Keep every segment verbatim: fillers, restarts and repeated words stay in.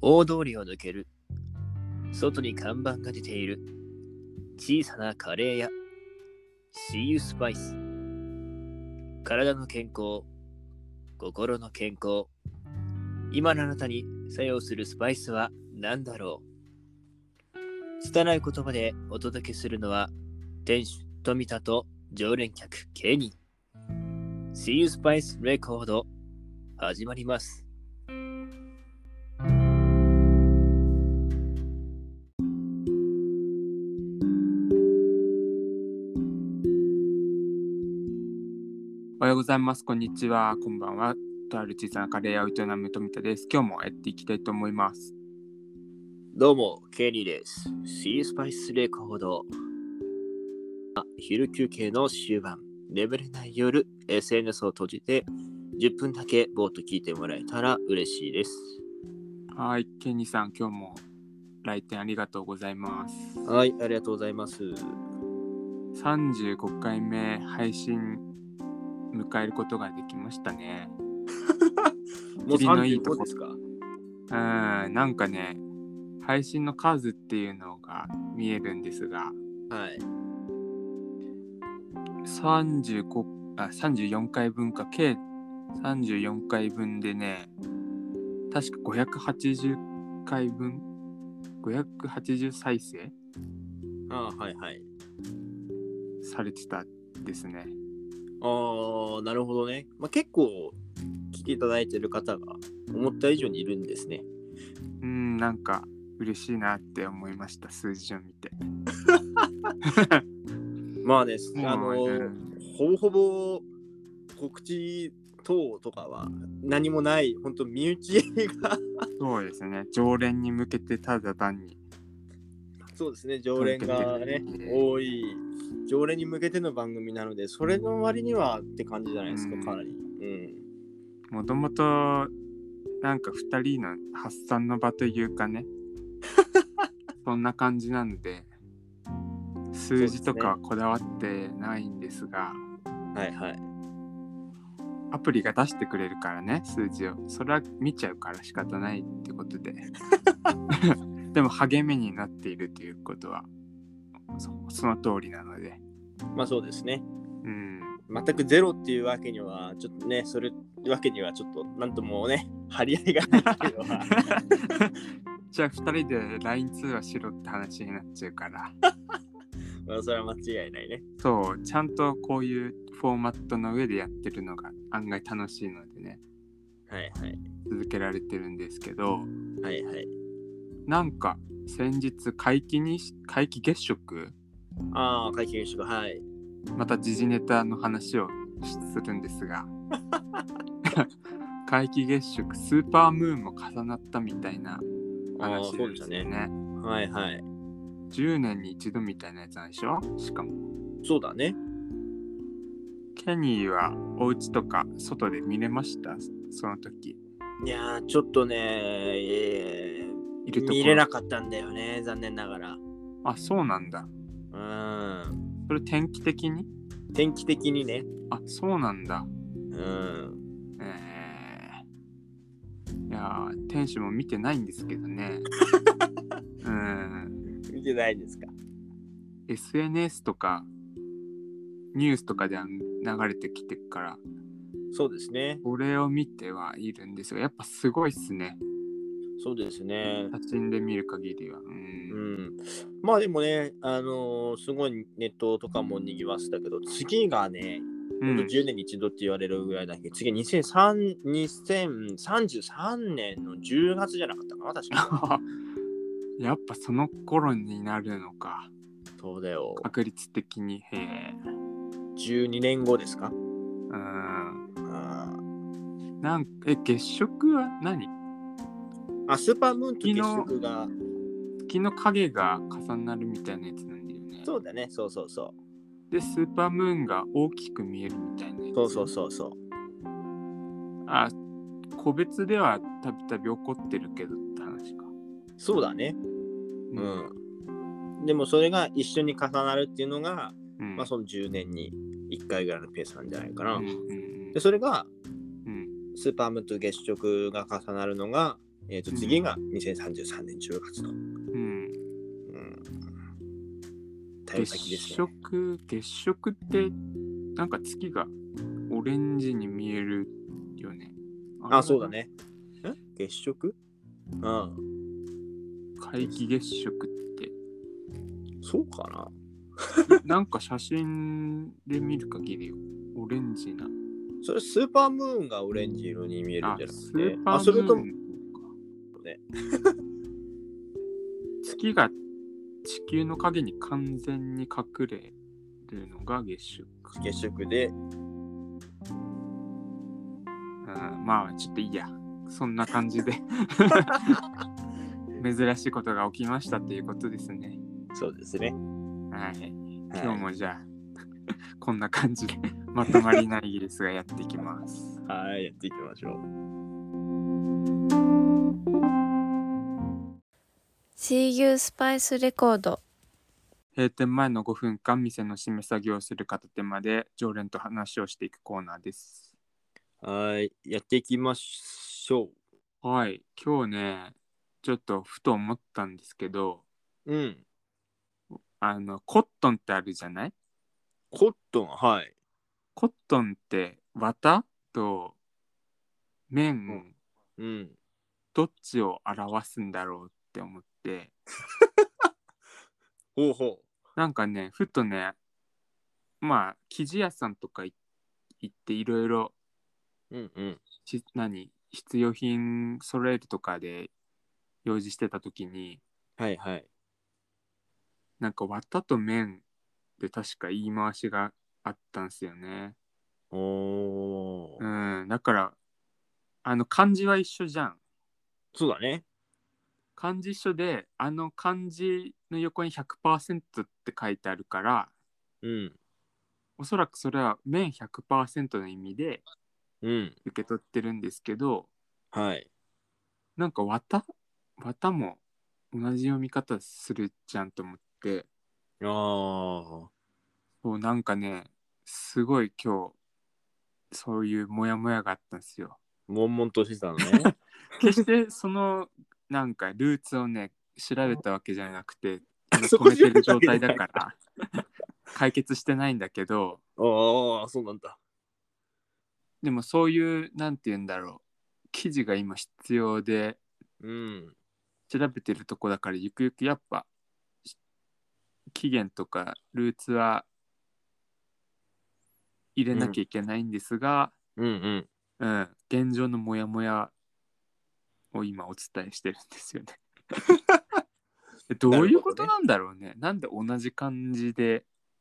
大通りを抜ける。外に看板が出ている。小さなカレー屋。See you Spice。体の健康、心の健康。今のあなたに作用するスパイスは何だろう。拙い言葉でお届けするのは、店主富田と常連客ケニー。See you Spice レコード始まります。 おはようございます。こんにちは。こんばんは。とある小さなカレー屋を営む富田です。今日もやっていきたいと思います。 どうも、ケニーです。See you Spice レコード。昼休憩の終盤、眠れない夜、エスエヌエス を閉じてじゅっぷんだけぼーっと聞いてもらえたら嬉しいです。 はい、ケニーさん、今日も来店ありがとうございます。 はい、ありがとうございます。 さんじゅうごかいめ配信迎えることができましたね。 もうさんじゅうごですか？ うん、なんかね、配信の数っていうのが見えるんですが、 はい。 さんじゅうごあさんじゅうよんかいぶんか、計さんじゅうよんかいぶんでね、確かごひゃくはちじゅっかいぶん、ごひゃくはちじゅう再生ああ、はいはい。 されてたですね。 ああ、なるほどね。まあ、結構聞いていただいてる方が思った以上にいるんですね。 うん、なんか嬉しいなって思いました、数字を見て。 まあね、あの、 うん、 ほぼほぼ告知等とかは何もない、本当身内がそうですね、常連に向けてただ単に。 そうですね、常連がね、多い、常連に向けての番組なので、それの割にはって感じじゃないですか、かなり。うん。 もともと、なんかふたりの発散の場というかね、そんな感じなので、数字とかはこだわってないんですが、 はいはい。 アプリが出してくれるからね、数字を。それは見ちゃうから仕方ないってことで。でも励みになっているということは そ, その通りなので。 まあそうですね。 うん。 全くゼロっていうわけには、ちょっとね、それわけにはちょっと、なんともね、張り合いがないっていうのは。 じゃあふたりで ライン 通話しろって話になっちゃうから。 まあそれは間違いないね。 そう、ちゃんとこういうフォーマットの上でやってるのが案外楽しいのでね。 はいはい。 続けられてるんですけど、 はいはい。 なんか先日皆既に皆既月食ああ、会計主はい。 また時事ネタの話をするんですが皆既月食スーパームーンも重なったみたいな話ですよ ね, ねはいはい。 じゅうねんに一度みたいなやつなんでしょ。しかもそうだね。 ケニーはお家とか外で見れました？その時。 いやーちょっとね、えー、いると見れなかったんだよね、残念ながら。 あ、そうなんだ。 うん。 それ天気的に？ 天気的にね。 あ、そうなんだ。 うん。 えー、いやー、天使も見てないんですけどね。うん。 見てないですか？ エスエヌエス とかニュースとかでは流れてきてるから。 そうですね。 これを見てはいるんですよ。やっぱすごいっすね。 そうですね。 写真で見る限りは。うん。 うん、まあでもね、あのー、すごいネットとかも賑わせたけど、次がね、ほんとじゅうねんに一度って言われるぐらいだけど、次にせんさんじゅうさんねんのじゅうがつじゃなかったかな、確か。 やっぱその頃になるのか。 そうだよ。 確率的に。へえ。 じゅうにねんごですか？ うん。 あなんか、え、月食は何？ あ、スーパームーンと月食が。 月の影が重なるみたいなやつなんだよね。 そうだね、そうそうそう。 で、スーパームーンが大きく見えるみたいなやつ。 そうそうそうそう。 あ、個別ではたびたび起こってるけどって話か。 そうだね。うん。うん、でもそれが一緒に重なるっていうのが、うん、まあそのじゅうねんにいっかいぐらいのペースなんじゃないかな。うんうんうん、でそれが、うん、スーパームーンと月食が重なるのがえー、と次がにせんさんじゅうさんねんじゅうがつと。 うん。 うん。旅月先ですね。 食、月食ってなんか月がオレンジに見えるよね。 あ、そうだ。ね。ん月食？うん。 皆既月食って。 そうかな。 なんか写真で見る限りオレンジな。 それスーパームーンがオレンジ色に見えるんあ、 じゃなくスて、 ーパーあ、それとムーンか。 ね。 月が地球の影に完全に隠れるのが月食。 月食で、 うん、まあちょっといいや。そんな感じで珍しいことが起きましたっていうことですね。 そうですね。 はい。 はい今日もじゃあこんな感じでまとまりないイギリスがやっていきます。 はい、やっていきましょう。 See You スパイスレコード。 閉店前のごふんかん店の締め作業をする片手まで常連と話をしていくコーナーです。 はい、やっていきましょはい。今日ねちょっとふと思ったんですけど、 う。うん。 あのコットンってあるじゃない？ コットン、はい。 コットンって綿と綿、 うん。 どっちを表すんだろうって思って、 ほうほなんかねふとね、まあ生地屋さんとか行っていろいろう。うんうん。 し何必要品揃えるとかで用事してた時に、 はいはい。 なんか綿と綿で確か言い回しがあったんすよね。 おー。 うん、だからあの漢字は一緒じゃん。 そうだね。 漢字一緒で、あの漢字の横に ひゃくパーセント って書いてあるから、 うん。 おそらくそれは綿 ひゃくパーセント の意味でうん。 受け取ってるんですけど、 はい。 なんか綿綿も同じ読み方するじゃんと思って、 あー。 そうなんかね、すごい今日そういうモヤモヤがあったんですよ。 悶々としてたのね。 決してそのなんかルーツをね調べたわけじゃなくて、今そ止めてる状態だから解決してないんだけど、 ああ、そうなんだ。 でもそういうなんて言うんだろう、記事が今必要でうん。 調べてるとこだから、ゆくゆくやっぱ起源とかルーツは入れなきゃいけないんですが、 うんうん。 うん、現状のモヤモヤを今お伝えしてるんですよね。どういうことなんだろうね。なんで同じ感じで、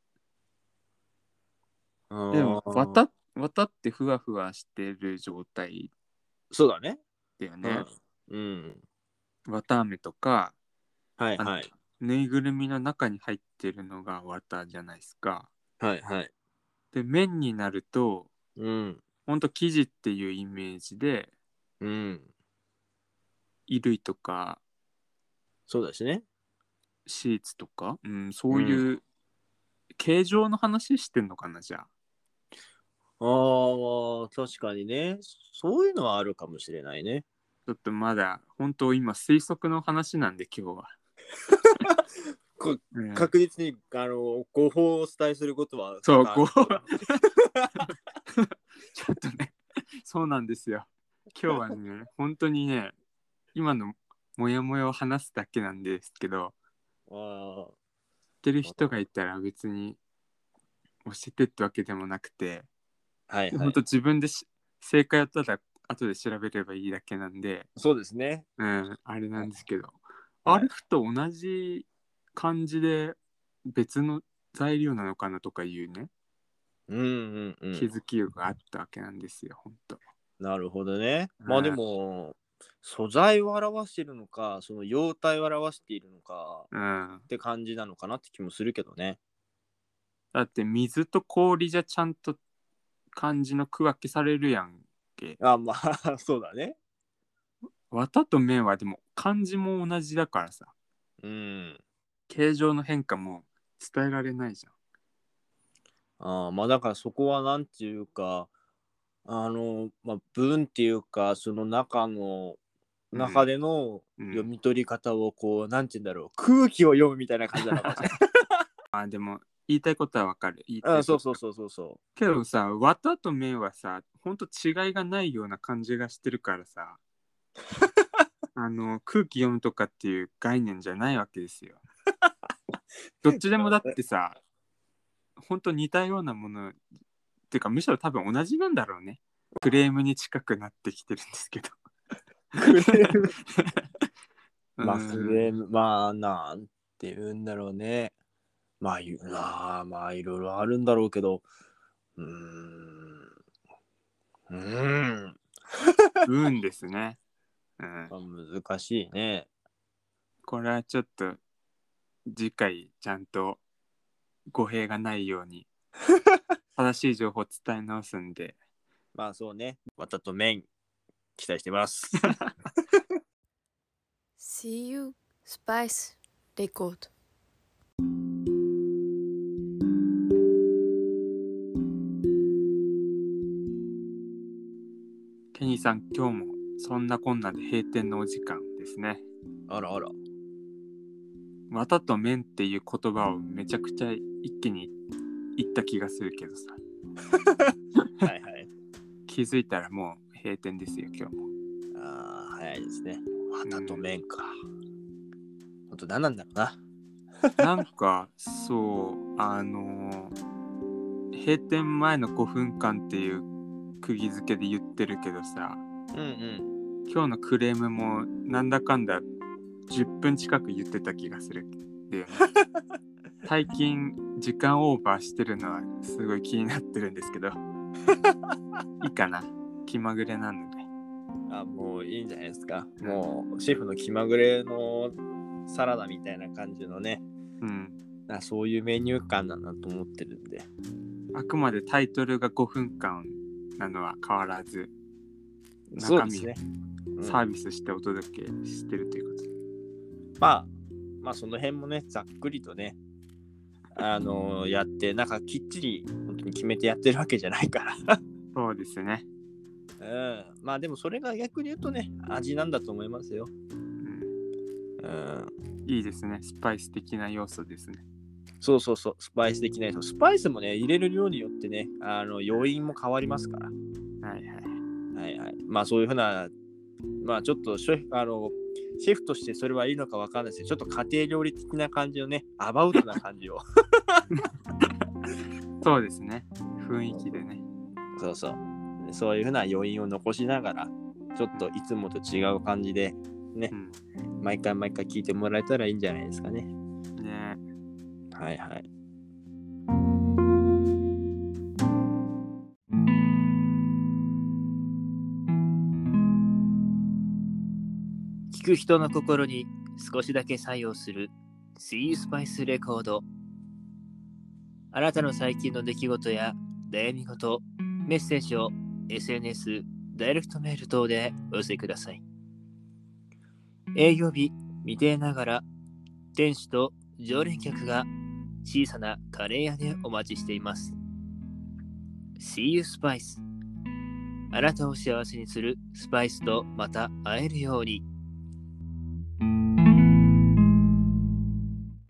あでもー綿綿ってふわふわしてる状態そうだね。 だよね。 うん。うん。 綿あめとか、あのはいはい。 ぬいぐるみの中に入ってるのが綿じゃないですか。 はいはい。 で綿になるとうん。 ほんと生地っていうイメージで、 うん。 衣類とかそうだしね。 シーツとか、うん、そういう形状の話してんのかな、じゃあ。 ああ、確かにね。そういうのはあるかもしれないね。 ちょっとまだ本当今推測の話なんで今日は。 こうん確実にあの誤報をお伝えすることはそう、 多々あるこうちょっとね、そうなんですよ。今日はね、本当にね、今のモヤモヤを話すだけなんですけど、 あ知ってる人がいたら別に教えてってわけでもなくて、 あ、はいはい。 本当自分でし正解をただ後で調べればいいだけなんで、 そうですね。 うん、あれなんですけど、 はいあれふと同じ感じで別の材料なのかなとかいうね、 うんうんうん。 気づきがあったわけなんですよ、本当。 なるほどね。 うんまあでも、素材を表しているのか、その様態を表しているのかうん、 って感じなのかなって気もするけどね。 だって水と氷じゃちゃんと漢字の区分けされるやんけ。 あ、まあ、そうだね。 綿と綿はでも漢字も同じだからさ、 うん。 形状の変化も伝えられないじゃん。 あーまあだからそこはなんていうか、あの、まあ文っていうか、その中の中でのうん読み取り方をこう、なんて言うんだろう、空気を読むみたいな感じなのかもしれない。 あ、でも言いたいことはわかる。言いたいあ、 ことそうそうそうそうそけどさ、綿と綿はさ、ほんと違いがないような感じがしてるからさ、あの空気読むとかっていう概念じゃないわけですよ。どっちでもだってさ、ほんと似たようなものっていうか、むしろ多分同じなんだろうね。クレームに近くなってきてるんですけど。 う。クレーム。まあ、 うんクレーム、まあ、なんて言うんだろうね。まあ、言うなあ、まあ、いろいろあるんだろうけど、うーん。うーん。 うんですね。うん、 まあ、難しいね。 これはちょっと次回ちゃんと語弊がないように正しい情報を伝え直すんで。 まあ、そうね。綿と麺、期待してます。 See you Spice Record。 ケニーさん、今日もそんなこんなで閉店のお時間ですね。 あらあら。 綿と麺っていう言葉をめちゃくちゃ一気に言った気がするけどさ。 はいはい。 気づいたらもう閉店ですよ、今日も。 ああ、早いですね。綿と麺か。ほんと何なんだろうな。 なんかそうあのー、閉店前のごふんかんっていう釘付けで言ってるけどさ、 うんうん。 今日のクレームもなんだかんだじゅっぷん近く言ってた気がするんだよね。最近時間オーバーしてるのはすごい気になってるんですけどいいかな、気まぐれなので。 あ、もういいんじゃないですか。もうシェフの気まぐれのサラダみたいな感じのね、 うん、 あ、そういうメニュー感なんだと思ってるんで。 あくまでタイトルがごふんかんなのは変わらず、 そうですね。うん、 サービスしてお届けしてるということで、 まあ、まあその辺もね、ざっくりとね、あのー、やって、なんかきっちり本当に決めてやってるわけじゃないから。 そうですね。 うん、まあでもそれが逆に言うとね、味なんだと思いますよ。 うん、 うん、 いいですね。スパイス的な要素ですね。 そうそうそう、スパイス的なやつ。スパイスもね、入れる量によってね、あの余韻も変わりますから。 はいはい。 はいはい。まあそういうふうな、まあちょっとシェフ、あの、シェフとしてそれはいいのかわかんないですけど、ちょっと家庭料理的な感じのね、アバウトな感じを。 そうですね。雰囲気でね。 そうそう。そういうふうな余韻を残しながら、ちょっといつもと違う感じで、ね、 うん、 毎回毎回聞いてもらえたらいいんじゃないですかね。 ね。 はいはい。 聞く人の心に少しだけ作用する See You Spice レコード。あなたの最近の出来事や悩み事、メッセージを エスエヌエス、ダイレクトメール等でお寄せください。営業日未定ながら店主と常連客が小さなカレー屋でお待ちしています。See You Spice。あなたを幸せにするスパイスとまた会えるように。